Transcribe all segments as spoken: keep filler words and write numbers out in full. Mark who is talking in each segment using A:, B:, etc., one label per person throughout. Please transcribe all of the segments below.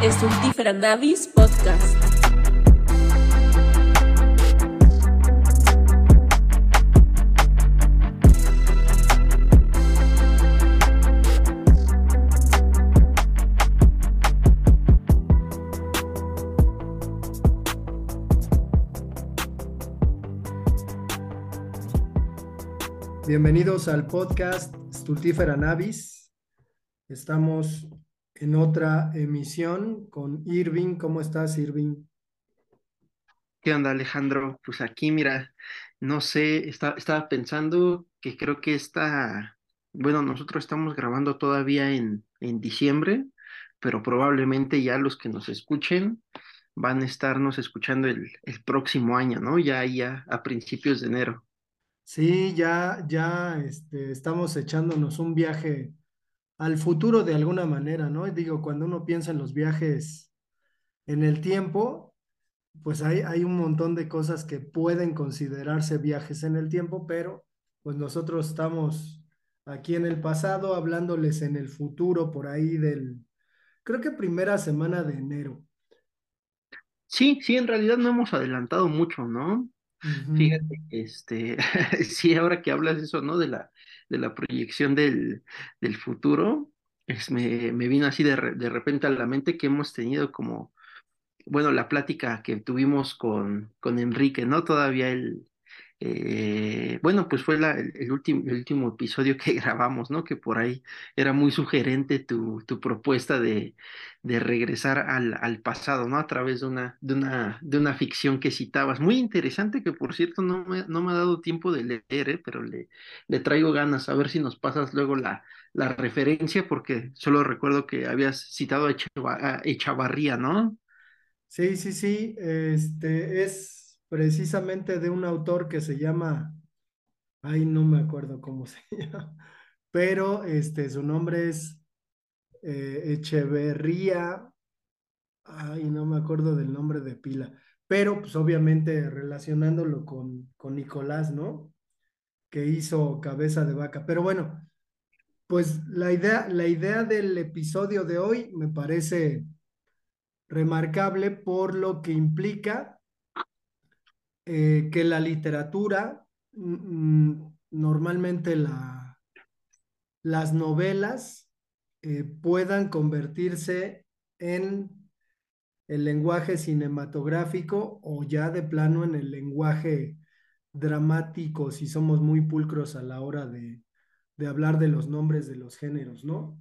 A: Stultífera Navis Podcast.
B: Bienvenidos al podcast Stultífera Navis. Estamos en otra emisión con Irving. ¿Cómo estás, Irving?
C: ¿Qué onda, Alejandro? Pues aquí, mira, no sé, está- estaba pensando que creo que esta, bueno, nosotros estamos grabando todavía en, en diciembre, pero probablemente ya los que nos escuchen van a estarnos escuchando el, el próximo año, ¿no? Ya, ya a principios de enero.
B: Sí, ya, ya este, estamos echándonos un viaje al futuro de alguna manera, ¿no? Y digo, cuando uno piensa en los viajes en el tiempo, pues hay, hay un montón de cosas que pueden considerarse viajes en el tiempo, pero pues nosotros estamos aquí en el pasado hablándoles en el futuro por ahí del, creo que primera semana de enero.
C: Sí, sí, en realidad no hemos adelantado mucho, ¿no?
B: Ujú.
C: Fíjate, este, sí, ahora que hablas eso, ¿no? De la, de la proyección del, del futuro, es, me, me vino así de, re- de repente a la mente que hemos tenido como, bueno, la plática que tuvimos con, con Enrique, ¿no? Todavía el, eh, bueno, pues fue la- el, el último, el último episodio que grabamos, ¿no? Que por ahí era muy sugerente tu, tu propuesta de, de regresar al, al pasado, ¿no? A través de una, de una, de una ficción que citabas. Muy interesante, que por cierto no me, no me ha dado tiempo de leer, ¿eh? Pero le, le traigo ganas, a ver si nos pasas luego la, la referencia, porque solo recuerdo que habías citado a Echeva- a Echavarría, ¿no?
B: Sí, sí, sí. Este es precisamente de un autor que se llama, ay, no me acuerdo cómo se llama, pero este, su nombre es eh, Echeverría, ay, no me acuerdo del nombre de pila, pero pues obviamente relacionándolo con, con Nicolás, ¿no? Que hizo Cabeza de Vaca. Pero bueno, pues la idea, la idea del episodio de hoy me parece remarcable por lo que implica eh, que la literatura, mm, mm, normalmente la, las novelas, eh, puedan convertirse en el lenguaje cinematográfico o ya de plano en el lenguaje dramático, si somos muy pulcros a la hora de, de hablar de los nombres de los géneros, ¿no?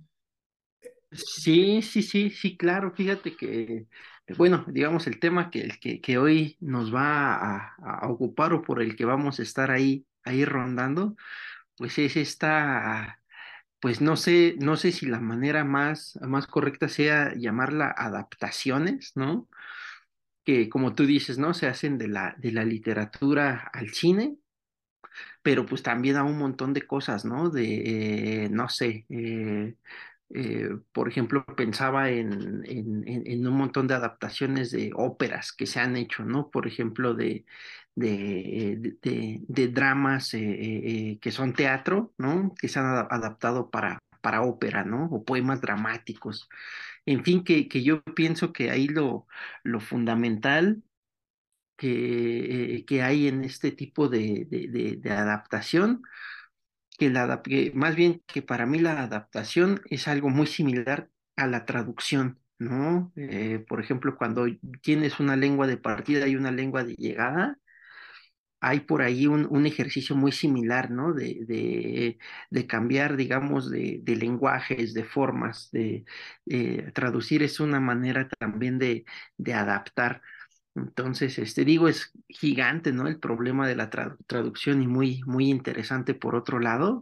C: Sí, sí, sí, sí, claro. Fíjate que, bueno, digamos, el tema que, el que, que hoy nos va a, a ocupar o por el que vamos a estar ahí, ahí rondando, pues es esta, pues no sé, no sé si la manera más, más correcta sea llamarla adaptaciones, ¿no? Que como tú dices, ¿no? Se hacen de la, de la literatura al cine, pero pues también a un montón de cosas, ¿no? De, eh, no sé, eh, eh, por ejemplo, pensaba en, en, en- en un montón de adaptaciones de óperas que se han hecho, ¿no? Por ejemplo, de, de, de, de- de dramas eh, eh, eh, que son teatro, ¿no? Que se han ada- adaptado para, para ópera, ¿no? O poemas dramáticos. En fin, que, que yo pienso que ahí lo, lo fundamental que, eh, que hay en este tipo de, de, de- de adaptación, que la, adap- que más bien que para mí la adaptación es algo muy similar a la traducción, ¿no? Eh, por ejemplo, cuando tienes una lengua de partida y una lengua de llegada, hay por ahí un, un ejercicio muy similar, ¿no? De, de, de cambiar, digamos, de, de lenguajes, de formas, de eh, traducir es una manera también de, de adaptar. Entonces, este digo, es gigante, ¿no? El problema de la tra- traducción y muy, muy interesante por otro lado,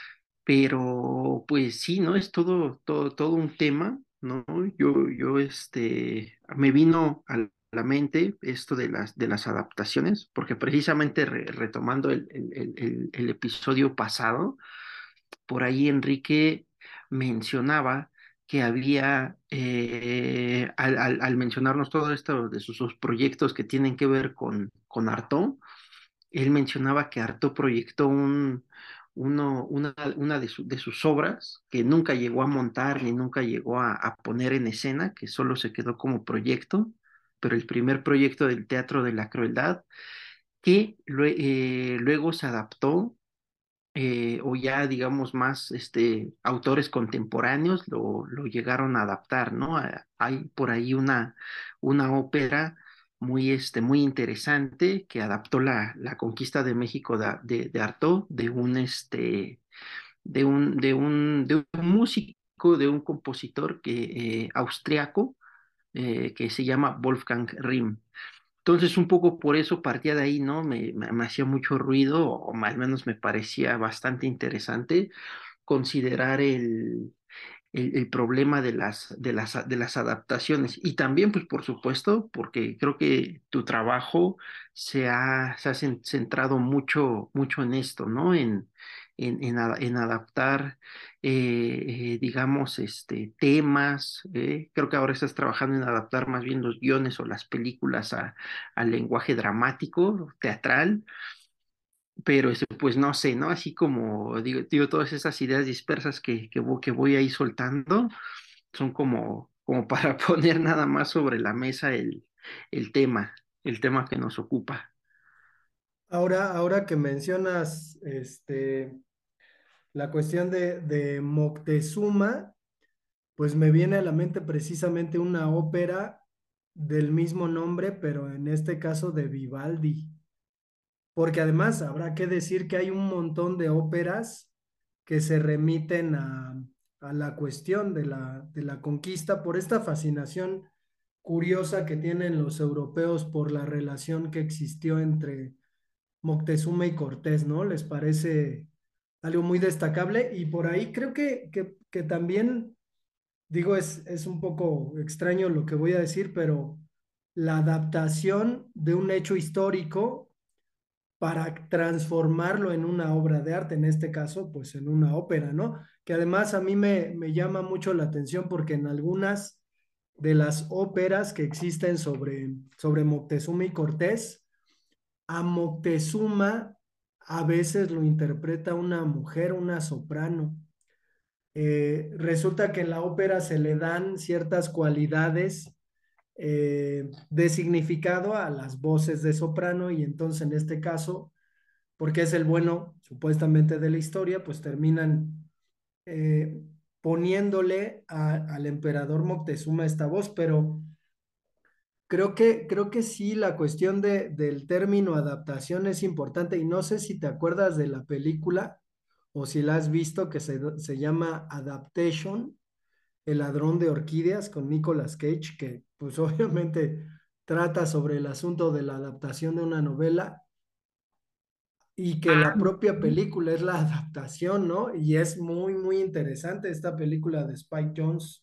C: pero pues sí, ¿no? Es todo, todo, todo un tema, ¿no? Yo, yo, este, me vino a la mente esto de las, de las adaptaciones, porque precisamente re- retomando el, el, el, el el episodio pasado, por ahí Enrique mencionaba que había, eh, al, al- al mencionarnos todo esto de sus, sus proyectos que tienen que ver con, con Artaud, él mencionaba que Artaud proyectó un, uno, una, una de, su- de sus obras que nunca llegó a montar ni nunca llegó a, a poner en escena, que solo se quedó como proyecto, pero el primer proyecto del Teatro de la Crueldad, que lue- eh, luego se adaptó, eh, o ya digamos más este, autores contemporáneos lo, lo llegaron a adaptar, ¿no? Ah, Hay por ahí una, una ópera muy, este, muy interesante que adaptó la, la conquista de México de, de, de Artaud, de un, este, de un, de un, de un músico, de un compositor que, eh, austriaco, eh, que se llama Wolfgang Rihm. Entonces, un poco por eso partía de ahí, ¿no? Me, me, me hacía mucho ruido, o al menos me parecía bastante interesante considerar el, el, el problema de las, de las, de las adaptaciones. Y también, pues, por supuesto, porque creo que tu trabajo se ha, se ha cen- centrado mucho, mucho en esto, ¿no? En, en, en, ada- en adaptar, eh, eh, digamos, este, temas. eh. Creo que ahora estás trabajando en adaptar más bien los guiones o las películas a, al lenguaje dramático, teatral, pero eso, pues no sé, ¿no? Así como digo, digo todas esas ideas dispersas que, que, voy, que voy ahí soltando, son como, como para poner nada más sobre la mesa el, el tema, el tema que nos ocupa.
B: Ahora, ahora que mencionas este, la cuestión de, de Moctezuma, pues me viene a la mente precisamente una ópera del mismo nombre, pero en este caso de Vivaldi. Porque además habrá que decir que hay un montón de óperas que se remiten a, a la cuestión de la, de la conquista por esta fascinación curiosa que tienen los europeos por la relación que existió entre Moctezuma y Cortés, ¿no? Les parece algo muy destacable y por ahí creo que, que, que también, digo, es, es un poco extraño lo que voy a decir, pero la adaptación de un hecho histórico para transformarlo en una obra de arte, en este caso, pues en una ópera, ¿no? Que además a mí me, me llama mucho la atención porque en algunas de las óperas que existen sobre, sobre Moctezuma y Cortés, a Moctezuma a veces lo interpreta una mujer, una soprano. Eh, resulta que en la ópera se le dan ciertas cualidades eh, de significado a las voces de soprano y entonces en este caso porque es el bueno supuestamente de la historia, pues terminan eh, poniéndole a- al emperador Moctezuma esta voz, pero creo que, creo que sí, la cuestión de, del término adaptación es importante y no sé si te acuerdas de la película o si la has visto que se, se llama Adaptation, El ladrón de orquídeas con Nicolas Cage, que pues obviamente trata sobre el asunto de la adaptación de una novela y que la propia película es la adaptación, ¿no? Y es muy, muy interesante esta película de Spike Jonze.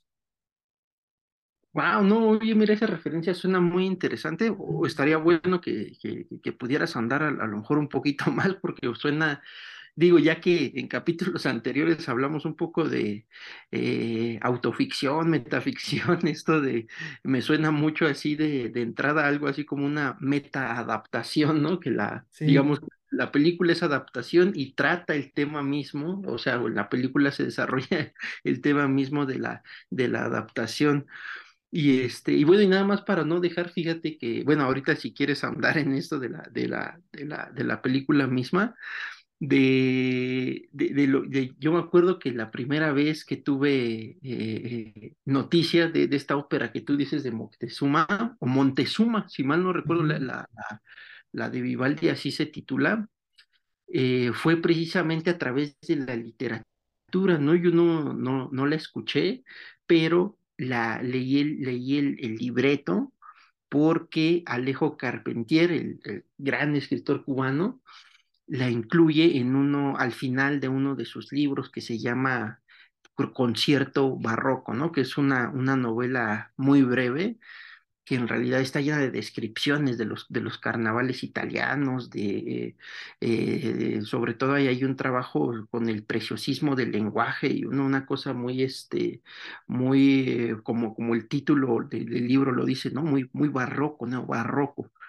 C: Wow, no, oye, mira, esa referencia suena muy interesante, o o estaría bueno que, que, que pudieras andar a, a lo mejor un poquito más, porque suena. Digo, ya que en capítulos anteriores hablamos un poco de eh, autoficción, metaficción, esto de, me suena mucho así de, de entrada algo así como una metaadaptación, ¿no? Que la,
B: Sí,
C: digamos, la película es adaptación y trata el tema mismo, o sea, o la película se desarrolla el tema mismo de la, de la adaptación. Y este, y bueno, y nada más para no dejar, fíjate que, bueno, ahorita si quieres ahondar en esto de la, de la, de la, de la película misma de, de, de lo, de- yo me acuerdo que la primera vez que tuve eh, eh, noticia de, de esta ópera que tú dices de Moctezuma, o Montezuma, si mal no recuerdo, la,
B: ujú,
C: la, la- la de Vivaldi así se titula, eh, fue precisamente a través de la literatura, ¿no? Yo no, no, no la escuché, pero la, leí el, leí el, el libreto porque Alejo Carpentier, el el gran escritor cubano, la incluye en uno, al final de uno de sus libros que se llama Concierto Barroco, ¿no? Que es una, una novela muy breve, que en realidad está llena de descripciones de los, de los carnavales italianos, de, eh, sobre todo ahí hay un trabajo con el preciosismo del lenguaje y una, una cosa muy, este, muy, eh, como, como el título de- del libro lo dice, ¿no? Muy, muy barroco, ¿no? Barroco.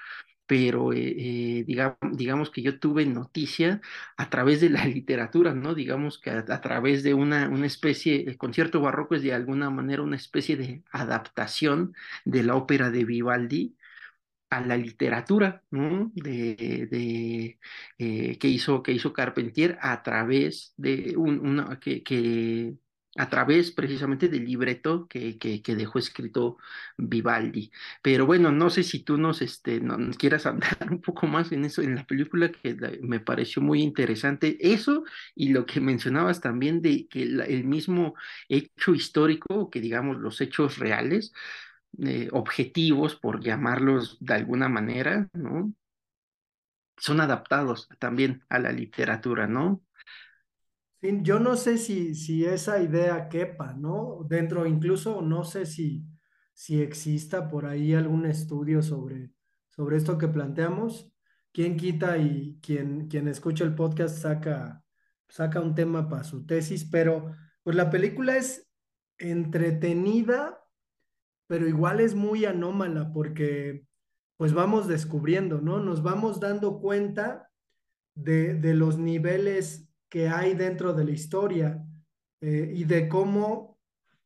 C: pero eh, eh, diga- digamos que yo tuve noticia a través de la literatura, ¿no? Digamos que a, a través de una, una especie, el concierto barroco es de alguna manera una especie de adaptación de la ópera de Vivaldi a la literatura, ¿no? De, de, eh, que hizo, que hizo Carpentier a través de un, una, que, que a través precisamente del libreto que, que, que dejó escrito Vivaldi. Pero bueno, no sé si tú nos, este, no- nos quieras hablar un poco más en eso, en la película que la- me pareció muy interesante. Eso y lo que mencionabas también de que la- el mismo hecho histórico, que digamos los hechos reales, eh, objetivos, por llamarlos de alguna manera, ¿no? Son adaptados también a la literatura, ¿no?
B: Sí, yo no sé si, si esa idea quepa, ¿no? Dentro, incluso no sé si, si exista por ahí algún estudio sobre, sobre esto que planteamos. Quien quita y quien, quien escucha el podcast saca, saca un tema para su tesis, pero pues la película es entretenida, pero igual es muy anómala porque pues vamos descubriendo, ¿no? Nos vamos dando cuenta de, de los niveles que hay dentro de la historia, eh, y de cómo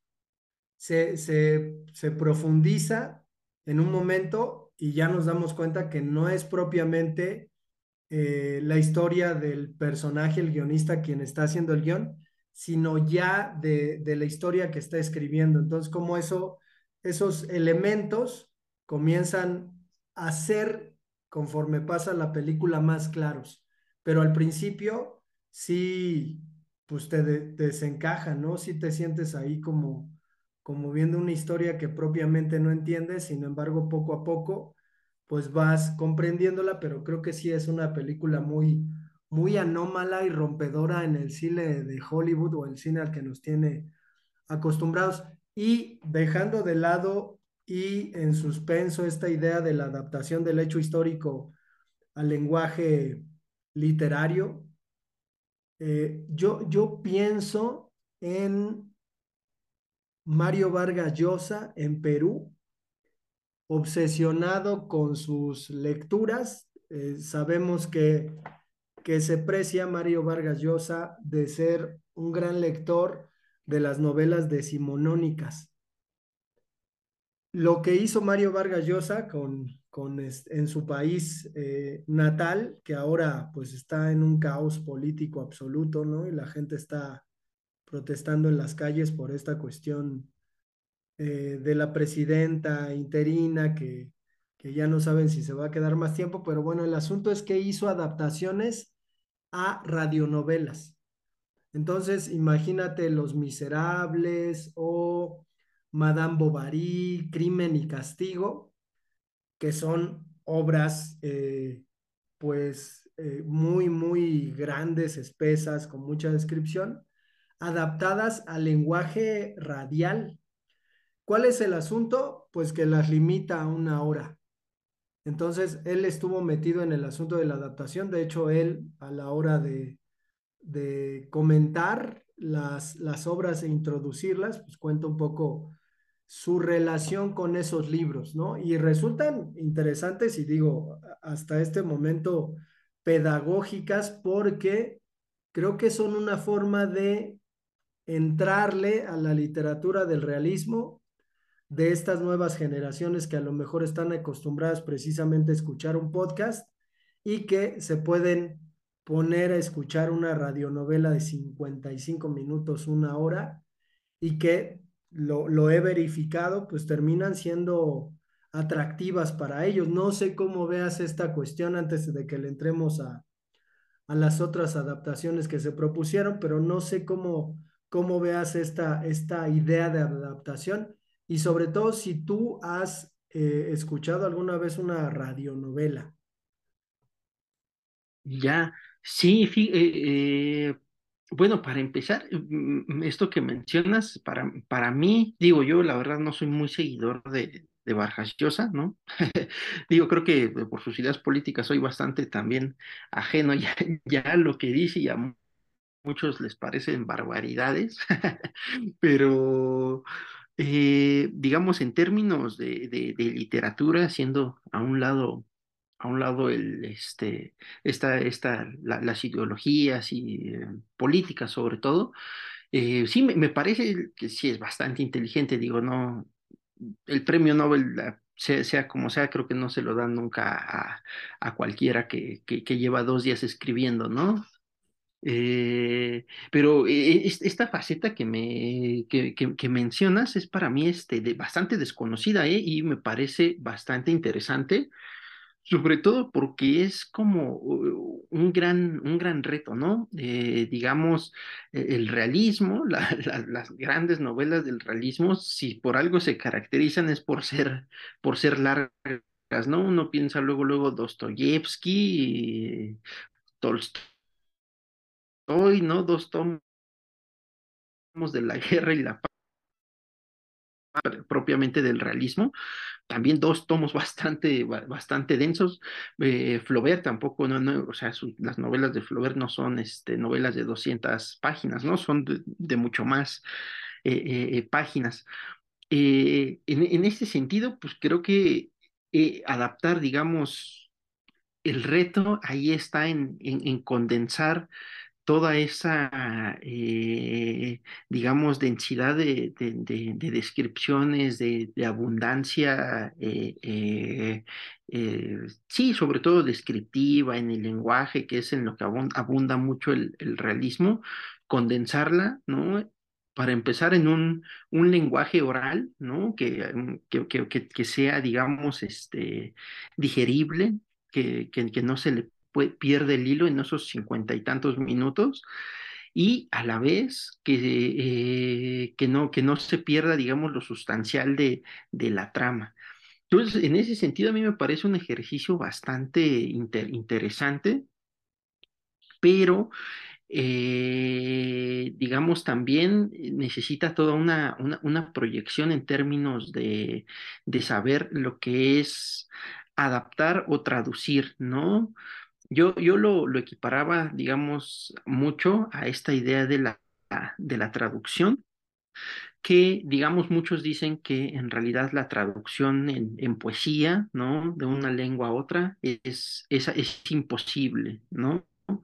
B: se, se, se profundiza en un momento y ya nos damos cuenta que no es propiamente eh, la historia del personaje, el guionista, quien está haciendo el guión, sino ya de, de la historia que está escribiendo. Entonces, como eso, esos elementos comienzan a ser, conforme pasa la película, más claros. Pero al principio, sí, pues te, de- te desencaja, ¿no? Sí te sientes ahí como, como viendo una historia que propiamente no entiendes, sin embargo, poco a poco pues vas comprendiéndola, pero creo que sí es una película muy, muy anómala y rompedora en el cine de Hollywood o el cine al que nos tiene acostumbrados. Y dejando de lado y en suspenso esta idea de la adaptación del hecho histórico al lenguaje literario, eh, yo, yo pienso en Mario Vargas Llosa en Perú, obsesionado con sus lecturas. Eh, sabemos que, que se precia Mario Vargas Llosa de ser un gran lector de las novelas decimonónicas. Lo que hizo Mario Vargas Llosa con, con este, en su país eh, natal, que ahora pues está en un caos político absoluto, ¿no? Y la gente está protestando en las calles por esta cuestión eh, de la presidenta interina que, que ya no saben si se va a quedar más tiempo, pero bueno, el asunto es que hizo adaptaciones a radionovelas. Entonces, imagínate Los Miserables o Madame Bovary, Crimen y Castigo, que son obras eh, pues eh, muy, muy grandes, espesas, con mucha descripción, adaptadas al lenguaje radial. ¿Cuál es el asunto? Pues que las limita a una hora. Entonces, él estuvo metido en el asunto de la adaptación. De hecho, él a la hora de, de comentar las, las obras e introducirlas, pues cuenta un poco su relación con esos libros, ¿no? Y resultan interesantes y digo, hasta este momento pedagógicas porque creo que son una forma de entrarle a la literatura del realismo de estas nuevas generaciones que a lo mejor están acostumbradas precisamente a escuchar un podcast y que se pueden poner a escuchar una radionovela de cincuenta y cinco minutos, una hora, y que lo, lo he verificado, pues terminan siendo atractivas para ellos. No sé cómo veas esta cuestión antes de que le entremos a, a las otras adaptaciones que se propusieron, pero no sé cómo, cómo veas esta, esta idea de adaptación y sobre todo si tú has eh, escuchado alguna vez una radionovela.
C: Ya, sí, fí- eh, eh, bueno, para empezar, mm, esto que mencionas, para, para mí, digo yo, la verdad no soy muy seguidor de, de Vargas Llosa, ¿no? Digo, creo que por sus ideas políticas soy bastante también ajeno ya, ya a lo que dice y a mu- muchos les parecen barbaridades, pero eh, digamos en términos de, de de literatura, haciendo a un lado a un lado el, este, esta, esta, la- las ideologías y eh, políticas sobre todo. Eh, sí, me, me parece que sí es bastante inteligente, digo, no, el premio Nobel, la- sea, sea como sea, creo que no se lo dan nunca a, a cualquiera que, que, que lleva dos días escribiendo, ¿no? Eh, pero eh, es- esta faceta que me que, que- que mencionas es para mí este, de, bastante desconocida, ¿eh? Y me parece bastante interesante, sobre todo porque es como uh, un gran, un gran reto, ¿no? Eh, digamos, eh, el realismo, la- la- las grandes novelas del realismo, si por algo se caracterizan es por ser, por ser largas, ¿no? Uno piensa luego, luego Dostoyevsky, Tolstoy, ¿no? Dos tomos de la guerra y la paz propiamente del realismo, también dos tomos bastante, ba- bastante densos. Eh, Flaubert tampoco, no, no, o sea, su- las novelas de Flaubert no son este, novelas de doscientas páginas, ¿no? Son de, de mucho más eh, eh, eh, páginas. Eh, en, en este sentido, pues creo que eh, adaptar, digamos, el reto ahí está en, en en condensar toda esa, eh, digamos, densidad de, de- de- de descripciones, de, de abundancia, eh, eh, eh, sí, sobre todo descriptiva en el lenguaje, que es en lo que abun- abunda mucho el, el realismo, condensarla, ¿no? Para empezar en un, un lenguaje oral, ¿no? Que, mm, que, que, que- que sea, digamos, este, digerible, que, que, que no se le pue- pierde el hilo en esos cincuenta y tantos minutos y a la vez que, eh, que no, que no se pierda, digamos, lo sustancial de, de la trama. Entonces, en ese sentido, a mí me parece un ejercicio bastante inter- interesante, pero eh, digamos, también necesita toda una, una, una proyección en términos de, de saber lo que es adaptar o traducir, ¿no? Yo, yo lo, lo equiparaba, digamos, mucho a esta idea de la, de la traducción, que, digamos, muchos dicen que en realidad la traducción en, en poesía, ¿no? De una lengua a otra es, es, es imposible, ¿no?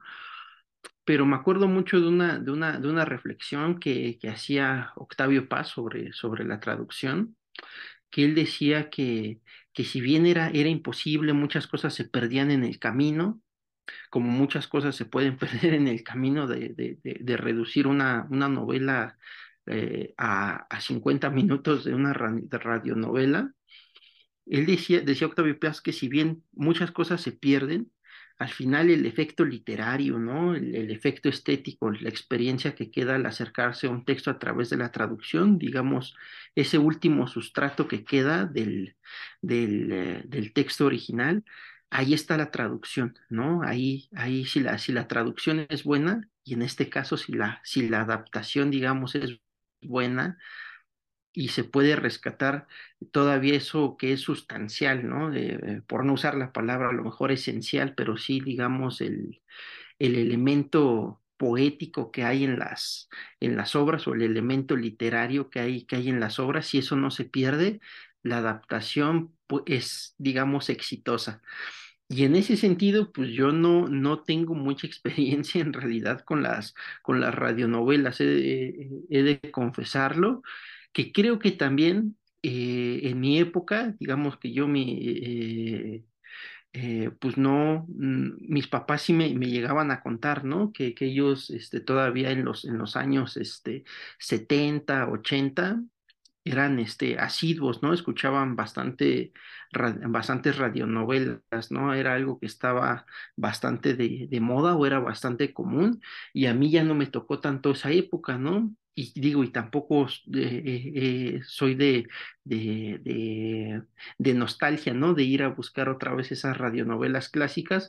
C: Pero me acuerdo mucho de una, de una, de una reflexión que, que hacía Octavio Paz sobre, sobre la traducción, que él decía que, que si bien era, era imposible, muchas cosas se perdían en el camino, como muchas cosas se pueden perder en el camino de, de, de, de reducir una, una novela eh, a, a cincuenta minutos de una ra- de radionovela. Él decía, decía Octavio Paz que si bien muchas cosas se pierden, al final el efecto literario, ¿no? El, el efecto estético, la experiencia que queda al acercarse a un texto a través de la traducción, digamos, ese último sustrato que queda del, del, eh, del texto original, ahí está la traducción, ¿no? Ahí, ahí si la, si la traducción es buena, y en este caso si la, si la adaptación, digamos, es buena, y se puede rescatar todavía eso que es sustancial, ¿no? De- eh, por no usar la palabra a lo mejor esencial, pero sí, digamos, el, el elemento poético que hay en las, en las obras o el elemento literario que hay, que hay en las obras, si eso no se pierde, la adaptación pu- es, digamos, exitosa. Y en ese sentido, pues yo no, no tengo mucha experiencia en realidad con las, con las radionovelas, he de, he de confesarlo, que creo que también eh, en mi época, digamos que yo mi, eh, eh, pues no, mm, mis papás sí me, me llegaban a contar, ¿no? Que, que ellos este, todavía en los, en los años este, setenta ochenta eran este, asiduos, ¿no? Escuchaban bastante, ra- bastantes radionovelas, ¿no? Era algo que estaba bastante de, de moda o era bastante común y a mí ya no me tocó tanto esa época, ¿no? Y digo, y tampoco eh, eh, eh, soy de, de, de, de nostalgia, ¿no? De ir a buscar otra vez esas radionovelas clásicas,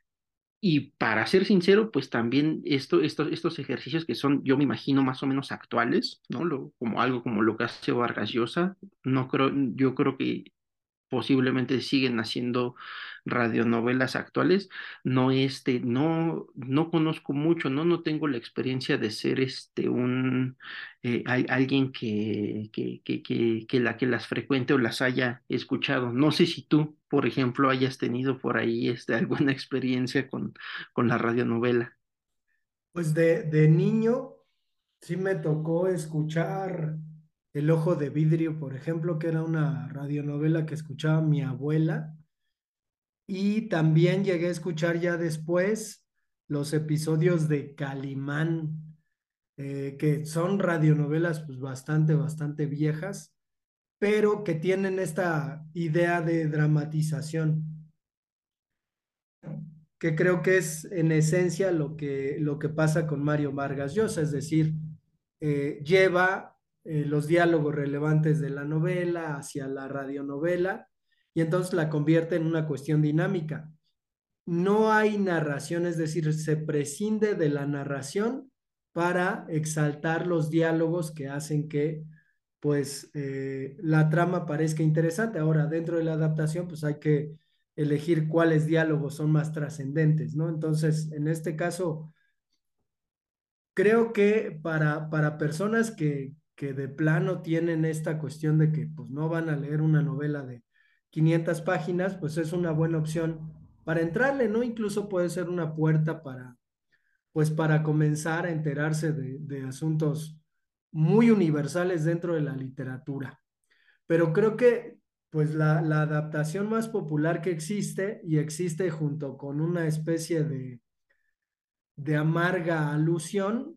C: y para ser sincero, pues también esto, estos, estos ejercicios que son, yo me imagino, más o menos actuales, ¿no? Lo, como algo como lo que hace Vargas Llosa, no creo, yo creo que posiblemente siguen haciendo radionovelas actuales. No, este, no, no conozco mucho, ¿no? No tengo la experiencia de ser este un eh, al- alguien que, que, que, que, que la que las frecuente o las haya escuchado. No sé si tú, por ejemplo, hayas tenido por ahí este, alguna experiencia con, con la radionovela.
B: Pues de, de niño sí me tocó escuchar El Ojo de Vidrio, por ejemplo, que era una radionovela que escuchaba mi abuela. Y también llegué a escuchar ya después los episodios de Calimán, eh, que son radionovelas pues bastante, bastante viejas, pero que tienen esta idea de dramatización, que creo que es en esencia lo que, lo que pasa con Mario Vargas Llosa, es decir, eh, lleva eh, los diálogos relevantes de la novela hacia la radionovela y entonces la convierte en una cuestión dinámica. No hay narración, es decir, se prescinde de la narración para exaltar los diálogos que hacen que pues eh, la trama parezca interesante. Ahora, dentro de la adaptación, pues hay que elegir cuáles diálogos son más trascendentes, ¿no? Entonces, en este caso, creo que para, para personas que, que de plano tienen esta cuestión de que pues no van a leer una novela de quinientas páginas, pues es una buena opción para entrarle, ¿no? Incluso puede ser una puerta para, pues para comenzar a enterarse de, de asuntos muy universales dentro de la literatura. Pero creo que pues la, la adaptación más popular que existe y existe junto con una especie de, de amarga alusión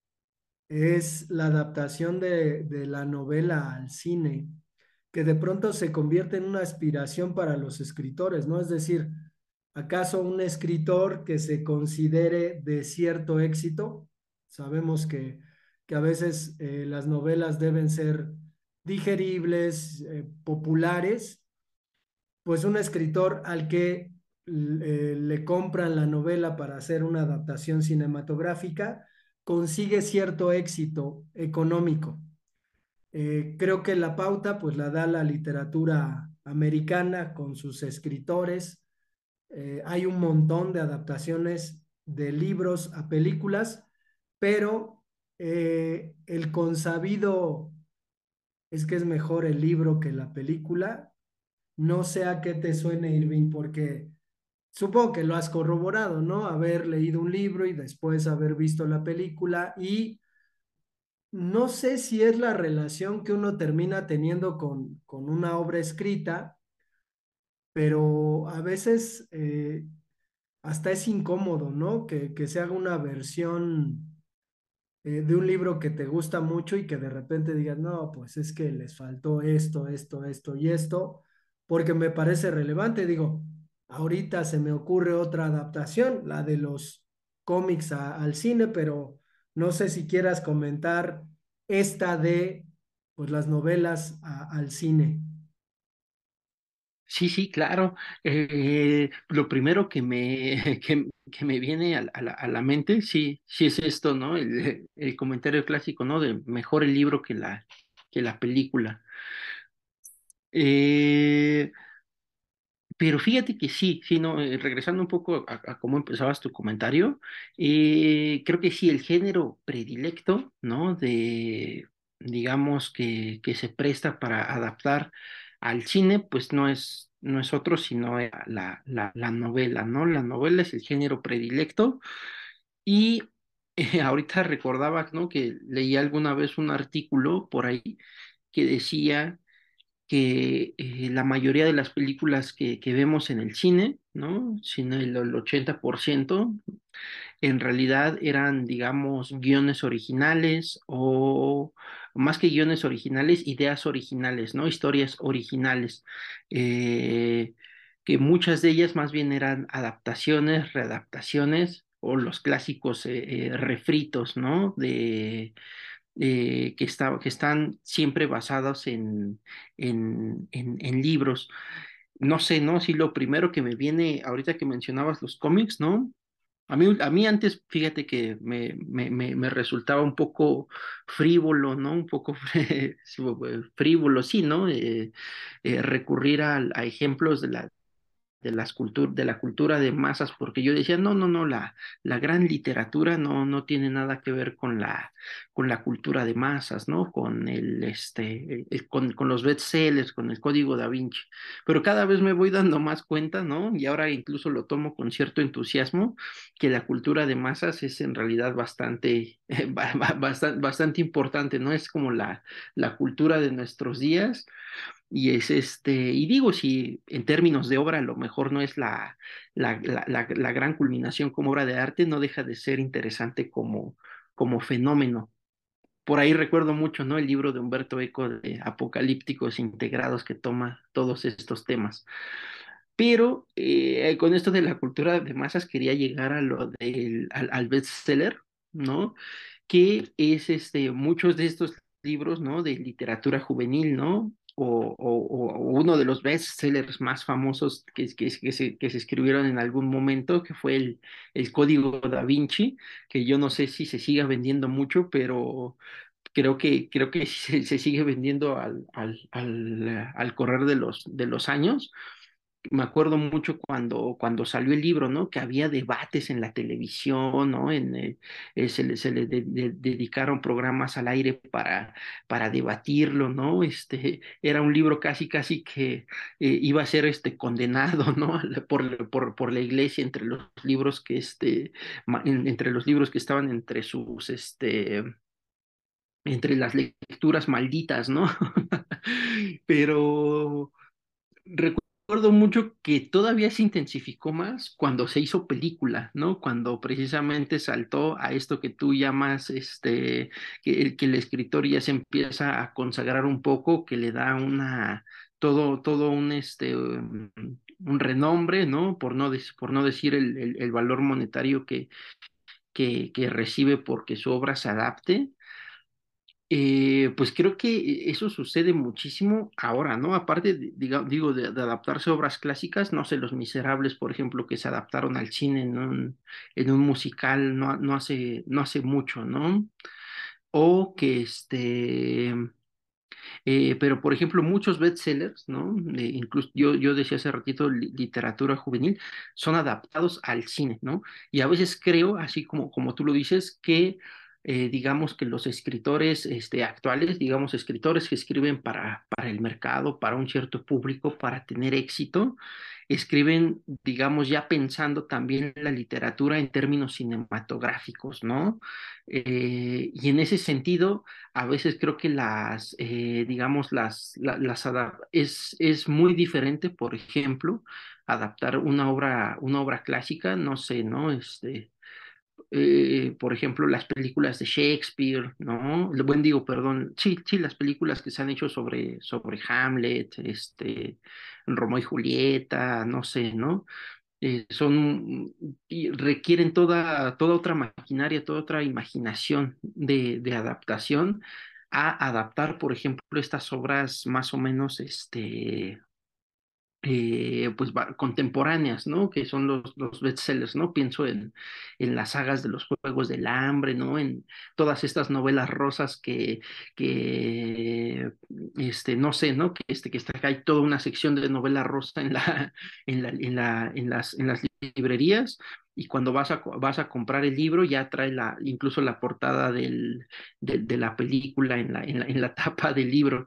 B: es la adaptación de, de la novela al cine, que de pronto se convierte en una aspiración para los escritores, ¿no? Es decir, ¿acaso un escritor que se considere de cierto éxito? Sabemos que, que a veces eh, las novelas deben ser digeribles, eh, populares, pues un escritor al que eh, le compran la novela para hacer una adaptación cinematográfica, consigue cierto éxito económico. Eh, creo que la pauta pues la da la literatura americana con sus escritores. Eh, hay un montón de adaptaciones de libros a películas, pero eh, el consabido es que es mejor el libro que la película. No sé a qué te suene, Irving, porque supongo que lo has corroborado, ¿no? Haber leído un libro y después haber visto la película y no sé si es la relación que uno termina teniendo con, con una obra escrita, pero a veces eh, hasta es incómodo, ¿no? Que, que se haga una versión eh, de un libro que te gusta mucho y que de repente digas, no, pues es que les faltó esto, esto, esto y esto, porque me parece relevante. Digo, ahorita se me ocurre otra adaptación, la de los cómics a- al cine, pero no sé si quieras comentar esta de, pues, las novelas a- al cine.
C: Sí, sí, claro. Eh, lo primero que me, que, que me viene a, la, a la- a la mente, sí, sí es esto, ¿no? El, el comentario clásico, ¿no? De mejor el libro que la, que la película. Eh, pero fíjate que sí, sí, no, eh, regresando un poco a, a cómo empezabas tu comentario, eh, creo que sí, el género predilecto, ¿no? De, digamos, que, que se presta para adaptar al cine, pues no es, no es otro, sino eh, la, la, la novela, ¿no? La novela es el género predilecto y eh, ahorita recordaba, ¿no? Que leí alguna vez un artículo por ahí que decía que eh, la mayoría de las películas que, que vemos en el cine, ¿no? Sino el, el ochenta por ciento, en realidad eran, digamos, guiones originales o más que guiones originales, ideas originales, ¿no? Historias originales, eh, que muchas de ellas más bien eran adaptaciones, readaptaciones o los clásicos eh, eh, refritos, ¿no? De eh, que, está- que están siempre basados en, en, en, en libros. No sé, ¿no? Si lo primero que me viene ahorita que mencionabas los cómics, ¿no? A mí, a mí antes, fíjate que me, me, me, me resultaba un poco frívolo, ¿no? Un poco frívolo, sí, ¿no? Eh, eh, recurrir a, a ejemplos de la, de las cultur de la cultura de masas, porque yo decía, no, no, no, la, la gran literatura no, no tiene nada que ver con la, con la cultura de masas, ¿no? Con el, este, el- el- con, con los bestsellers, con el Código Da Vinci. Pero cada vez me voy dando más cuenta, ¿no? Y ahora incluso lo tomo con cierto entusiasmo, que la cultura de masas es en realidad bastante, bastante, bastante importante, ¿no? Es como la, la cultura de nuestros días y es este, y digo, si en términos de obra a lo mejor no es la, la, la, la, la gran culminación como obra de arte, no deja de ser interesante como, como fenómeno. Por ahí recuerdo mucho, ¿no? El libro de Humberto Eco de Apocalípticos Integrados que toma todos estos temas. Pero eh, con esto de la cultura de masas quería llegar a lo del, al, al bestseller, ¿no? Que es este, muchos de estos libros, ¿no? De literatura juvenil, ¿no? O, o- o uno de los bestsellers más famosos que, que, que se, que se escribieron en algún momento, que fue el, el Código Da Vinci, que yo no sé si se siga vendiendo mucho, pero creo que, creo que se, se sigue vendiendo al, al, al, al correr de los, de los años. Me acuerdo mucho cuando, cuando salió el libro, ¿no? Que había debates en la televisión, ¿no? En, eh, eh, se le, se le de- de- dedicaron programas al aire para, para debatirlo, ¿no? Este, era un libro casi, casi que eh, iba a ser este, condenado, ¿no? Por, por, por la iglesia entre los libros que, este, ma- en- entre los libros que estaban entre sus, este, entre las lecturas malditas, ¿no? Pero recuerdo mucho que todavía se intensificó más cuando se hizo película, ¿no? Cuando precisamente saltó a esto que tú llamas, este, que el, que el escritor ya se empieza a consagrar un poco, que le da una, todo, todo un, este, um, un renombre, ¿no? Por no, des- por no decir el, el, el valor monetario que, que, que recibe porque su obra se adapte. Eh, pues creo que eso sucede muchísimo ahora, ¿no? Aparte, de- diga- digo, de, de adaptarse a obras clásicas, no sé, Los Miserables, por ejemplo, que se adaptaron al cine en un, en un musical no, no hace, no hace mucho, ¿no? O que este, eh, pero, por ejemplo, muchos bestsellers, ¿no? Eh, incluso yo, yo decía hace ratito, li- literatura juvenil, son adaptados al cine, ¿no? Y a veces creo, así como, como tú lo dices, que eh, digamos que los escritores este, actuales, digamos, escritores que escriben para, para el mercado, para un cierto público, para tener éxito, escriben, digamos, ya pensando también la literatura en términos cinematográficos, ¿no? Eh, y en ese sentido a veces creo que las, eh, digamos, las, la- las adap- es, es muy diferente, por ejemplo, adaptar una obra, una obra clásica, no sé, ¿no? Este, eh, por ejemplo, las películas de Shakespeare, ¿no? Le- Buen digo, perdón, sí, sí, las películas que se han hecho sobre, sobre Hamlet, este, Romeo y Julieta, no sé, ¿no? Eh, son y requieren toda, toda otra maquinaria, toda otra imaginación de, de adaptación a adaptar, por ejemplo, estas obras más o menos este, eh, pues va- contemporáneas, ¿no? Que son los, los bestsellers, ¿no? Pienso en, en las sagas de los Juegos del Hambre, ¿no? En todas estas novelas rosas que, que este, no sé, ¿no? Que, este, que está, que hay toda una sección de novela rosa en la, en la, en la, en las, en las librerías. Y cuando vas a, co- vas a comprar el libro, ya trae la, incluso la portada del, de, de la película en la, en la, en la tapa del libro.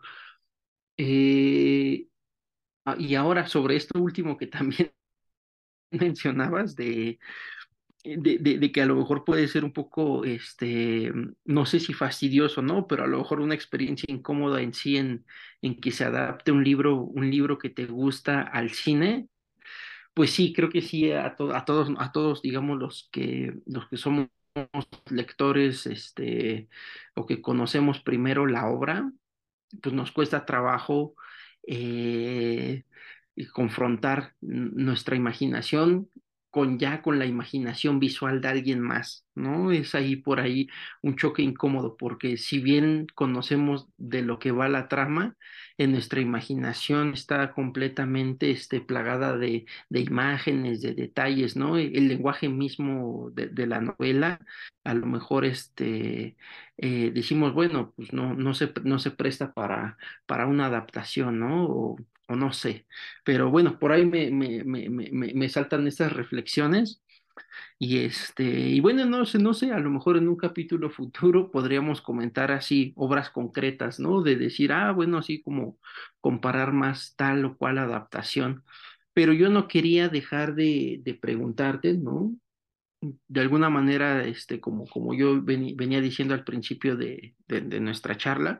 C: Eh, Ah, y ahora sobre esto último que también mencionabas de, de, de- de que a lo mejor puede ser un poco, este, no sé si fastidioso, ¿no? Pero a lo mejor una experiencia incómoda en sí en, en que se adapte un libro, un libro que te gusta al cine, pues sí, creo que sí a, to- a todos, a todos, digamos, los que, los que somos lectores, este, o que conocemos primero la obra pues nos cuesta trabajo eh, confrontar nuestra imaginación con ya con la imaginación visual de alguien más, ¿no? Es ahí por ahí un choque incómodo, porque si bien conocemos de lo que va la trama, en nuestra imaginación está completamente este, plagada de, de imágenes, de detalles, ¿no? El, el lenguaje mismo de, de la novela, a lo mejor este, eh, decimos, bueno, pues no, no se, no se presta para, para una adaptación, ¿no? O, o no sé. Pero bueno, por ahí me, me, me, me, me me saltan estas reflexiones. Y este, y bueno, no sé, no sé, a lo mejor en un capítulo futuro podríamos comentar así obras concretas, ¿no? De decir, ah, bueno, así como comparar más tal o cual adaptación. Pero yo no quería dejar de, de preguntarte, ¿no? De alguna manera, este, como, como yo veni- venía diciendo al principio de, de de nuestra charla,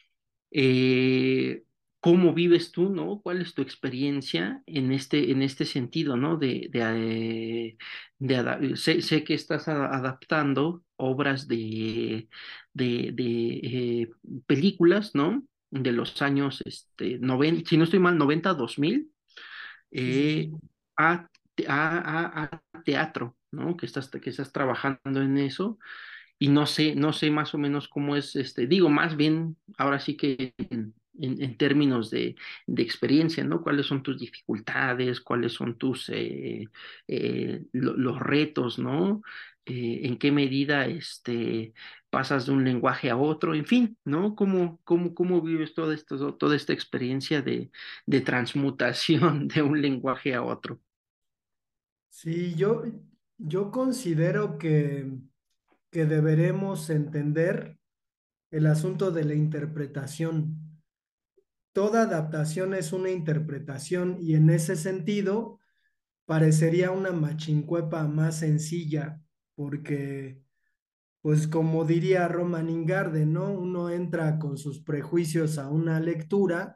C: eh, ¿cómo vives tú, no? ¿Cuál es tu experiencia en este, en este sentido, no? De, de, eh, de ada- sé, sé que estás a- adaptando obras de, de, de eh, películas, ¿no? De los años, este, noventa, si no estoy mal, noventa, dos mil,
B: Sí, sí,
C: eh,
B: sí.
C: a, a, a, a teatro, ¿no? Que estás, que estás trabajando en eso y no sé, no sé más o menos cómo es, este, digo, más bien, ahora sí que en, en- en términos de, de experiencia, ¿no? ¿Cuáles son tus dificultades? ¿Cuáles son tus, eh, eh, lo- los retos, ¿no? Eh, ¿en qué medida, este, pasas de un lenguaje a otro? En fin, ¿no? ¿Cómo, cómo, cómo vives todo esto, toda esta experiencia de, de transmutación de un lenguaje a otro?
B: Sí, yo, yo considero que, que deberemos entender el asunto de la interpretación. Toda adaptación es una interpretación y en ese sentido parecería una machincuepa más sencilla, porque, pues como diría Roman Ingarde, ¿no? Uno entra con sus prejuicios a una lectura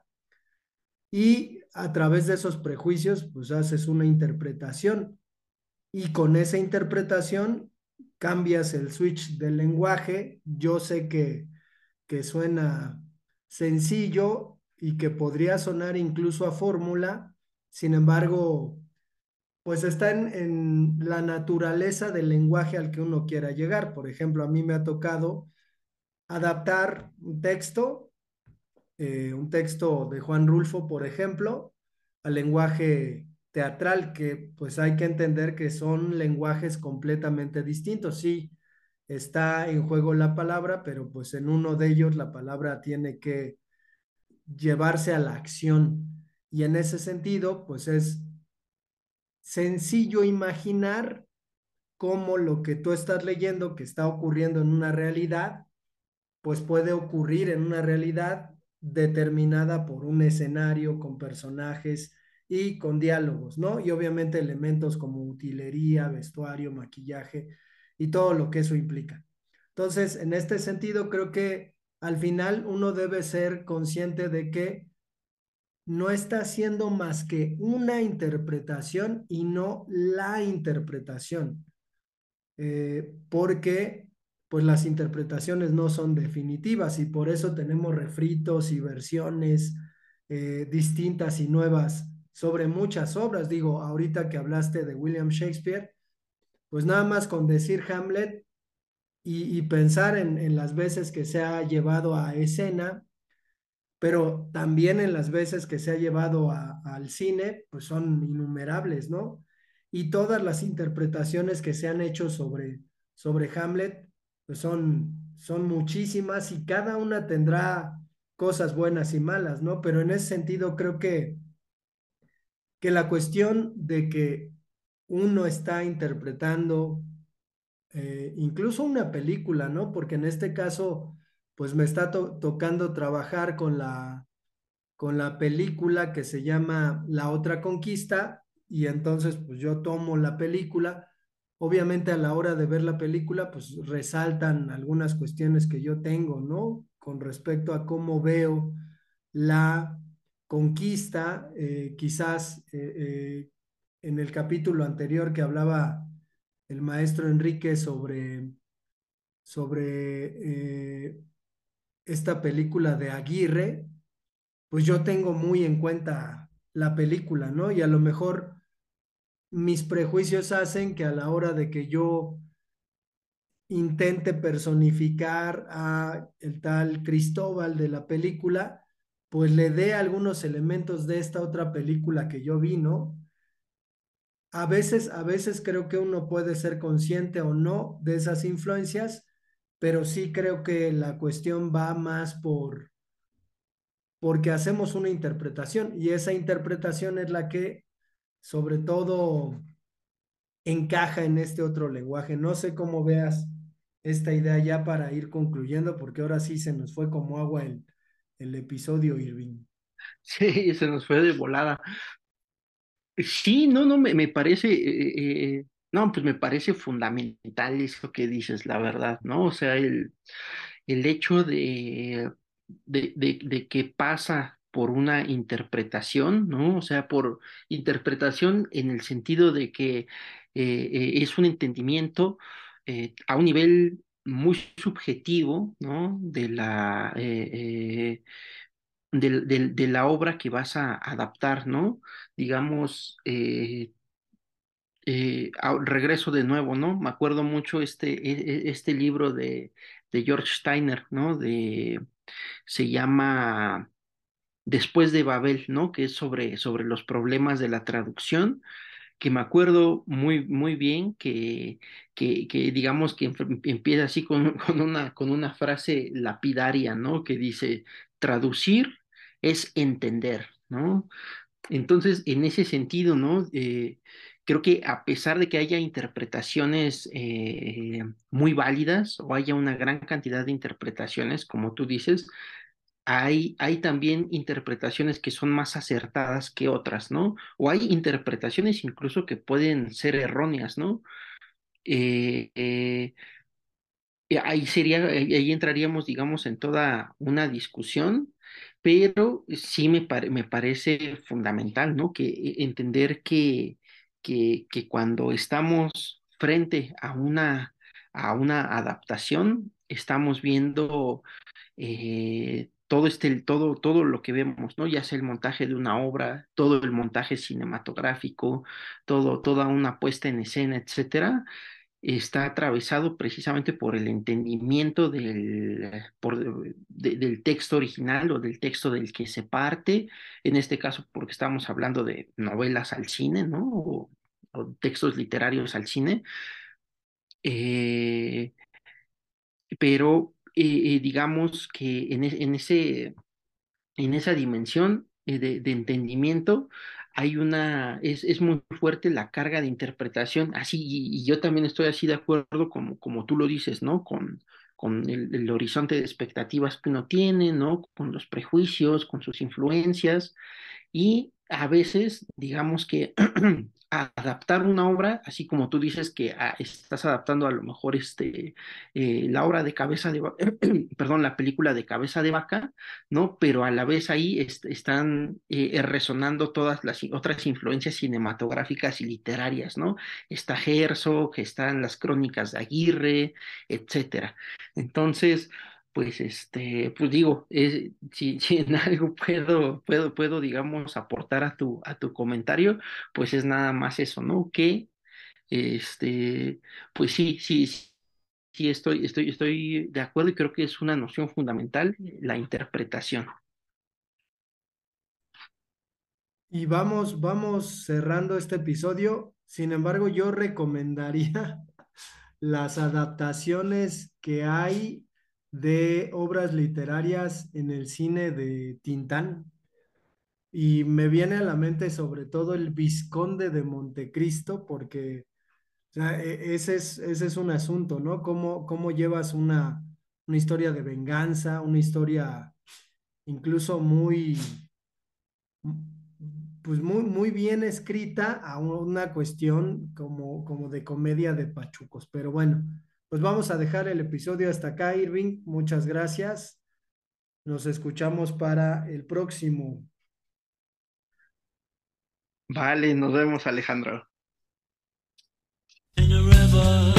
B: y a través de esos prejuicios, pues haces una interpretación y con esa interpretación cambias el switch del lenguaje. Yo sé que, que suena sencillo y que podría sonar incluso a fórmula, sin embargo, pues está en, en la naturaleza del lenguaje al que uno quiera llegar. Por ejemplo, a mí me ha tocado adaptar un texto, eh, un texto de Juan Rulfo, por ejemplo, al lenguaje teatral, que pues hay que entender que son lenguajes completamente distintos. Sí, está en juego la palabra, pero pues en uno de ellos la palabra tiene que llevarse a la acción. Y en ese sentido, pues es sencillo imaginar cómo lo que tú estás leyendo que está ocurriendo en una realidad, pues puede ocurrir en una realidad determinada por un escenario con personajes y con diálogos, ¿no? Y obviamente elementos como utilería, vestuario, maquillaje y todo lo que eso implica. Entonces, en este sentido, creo que al final uno debe ser consciente de que no está haciendo más que una interpretación y no la interpretación, eh, porque pues las interpretaciones no son definitivas y por eso tenemos refritos y versiones eh, distintas y nuevas sobre muchas obras. Digo, ahorita que hablaste de William Shakespeare, pues nada más con decir Hamlet y, y pensar en, en las veces que se ha llevado a escena, pero también en las veces que se ha llevado a- al cine, pues son innumerables, ¿no? Y todas las interpretaciones que se han hecho sobre, sobre Hamlet, pues son, son muchísimas y cada una tendrá cosas buenas y malas, ¿no? Pero en ese sentido creo que, que la cuestión de que uno está interpretando eh, incluso una película, ¿no? Porque en este caso, pues me está to- tocando trabajar con la con la película que se llama La Otra Conquista y entonces pues yo tomo la película. Obviamente a la hora de ver la película pues resaltan algunas cuestiones que yo tengo, ¿no? Con respecto a cómo veo la conquista, eh, quizás eh, eh, en el capítulo anterior que hablaba el maestro Enrique sobre, sobre eh, esta película de Aguirre, pues yo tengo muy en cuenta la película, ¿no? Y a lo mejor mis prejuicios hacen que a la hora de que yo intente personificar a el tal Cristóbal de la película, pues le dé algunos elementos de esta otra película que yo vi, ¿no? A veces, a veces creo que uno puede ser consciente o no de esas influencias, pero sí creo que la cuestión va más por porque hacemos una interpretación y esa interpretación es la que sobre todo encaja en este otro lenguaje. No sé cómo veas esta idea ya para ir concluyendo, porque ahora sí se nos fue como agua el, el episodio, Irving.
C: Sí, se nos fue de volada. Sí, no, no, me, me parece, eh, eh, no, pues me parece fundamental eso que dices, la verdad, ¿no? O sea, el, el hecho de, de, de, de que pasa por una interpretación, ¿no? O sea, por interpretación en el sentido de que eh, eh, es un entendimiento eh, a un nivel muy subjetivo, ¿no? De la, eh, eh, del- del- de la obra que vas a adaptar, ¿no? Digamos, eh, eh, a- regreso de nuevo, ¿no? Me acuerdo mucho este, e- e- este libro de, de George Steiner, ¿no? De, se llama Después de Babel, ¿no? Que es sobre, sobre los problemas de la traducción, que me acuerdo muy, muy bien que, que, que digamos que em- empieza así con, con una, con una frase lapidaria, ¿no? Que dice, traducir es entender, ¿no? Entonces, en ese sentido, ¿no? Eh, creo que a pesar de que haya interpretaciones eh, muy válidas o haya una gran cantidad de interpretaciones, como tú dices, hay, hay también interpretaciones que son más acertadas que otras, ¿no? O hay interpretaciones incluso que pueden ser erróneas, ¿no? Eh, eh, y ahí sería, ahí ahí entraríamos, digamos, en toda una discusión, pero sí me, pare- me parece fundamental, ¿no? Que eh, entender que, que, que cuando estamos frente a una, a una adaptación, estamos viendo eh, todo este, todo, todo lo que vemos, ¿no? Ya sea el montaje de una obra, todo el montaje cinematográfico, todo, toda una puesta en escena, etcétera, está atravesado precisamente por el entendimiento del, por, de- del texto original o del texto del que se parte, en este caso porque estamos hablando de novelas al cine, ¿no? O, o textos literarios al cine, eh, pero eh, eh, digamos que en, e- en ese en esa dimensión eh, de, de entendimiento hay una, es, es muy fuerte la carga de interpretación, así, y, y yo también estoy así de acuerdo como, como tú lo dices, ¿no? Con, con el, el horizonte de expectativas que uno tiene, ¿no? Con los prejuicios, con sus influencias, y a veces, digamos que adaptar una obra, así como tú dices que ah, estás adaptando a lo mejor este, eh, la obra de cabeza de, Va- perdón, la película de cabeza de vaca, ¿no? Pero a la vez ahí est- están eh, resonando todas las i- otras influencias cinematográficas y literarias, ¿no? Está Herzog, están las crónicas de Aguirre, etcétera. Entonces, pues este, pues digo, es, si, si en algo puedo, puedo, puedo, digamos, aportar a tu, a tu comentario, pues es nada más eso, ¿no? Que, este, pues sí, sí, sí, sí estoy, estoy, estoy de acuerdo y creo que es una noción fundamental, la interpretación.
B: Y vamos, vamos cerrando este episodio. Sin embargo, yo recomendaría las adaptaciones que hay de obras literarias en el cine de Tintán. Y me viene a la mente sobre todo el Vizconde de Montecristo, porque o sea, e- ese es, ese es un asunto, ¿no? ¿Cómo, cómo llevas una, una historia de venganza, una historia incluso muy, pues muy, muy bien escrita a una cuestión como, como de comedia de pachucos? Pero bueno, pues vamos a dejar el episodio hasta acá, Irving. Muchas gracias. Nos escuchamos para el próximo.
C: Vale, nos vemos, Alejandro.
D: In a river